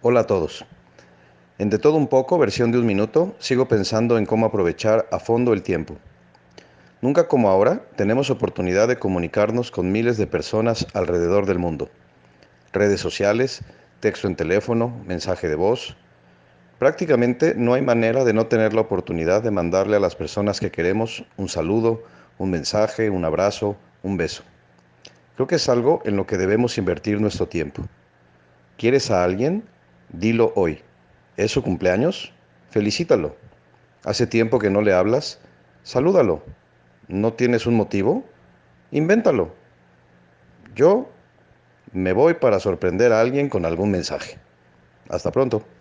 Hola a todos. En De todo un poco, versión de un minuto, sigo pensando en cómo aprovechar a fondo el tiempo. Nunca como ahora tenemos oportunidad de comunicarnos con miles de personas alrededor del mundo. Redes sociales, texto en teléfono, mensaje de voz. Prácticamente no hay manera de no tener la oportunidad de mandarle a las personas que queremos un saludo, un mensaje, un abrazo, un beso. Creo que es algo en lo que debemos invertir nuestro tiempo. ¿Quieres a alguien? Dilo hoy. ¿Es su cumpleaños? Felicítalo. ¿Hace tiempo que no le hablas? Salúdalo. ¿No tienes un motivo? Invéntalo. Yo me voy para sorprender a alguien con algún mensaje. Hasta pronto.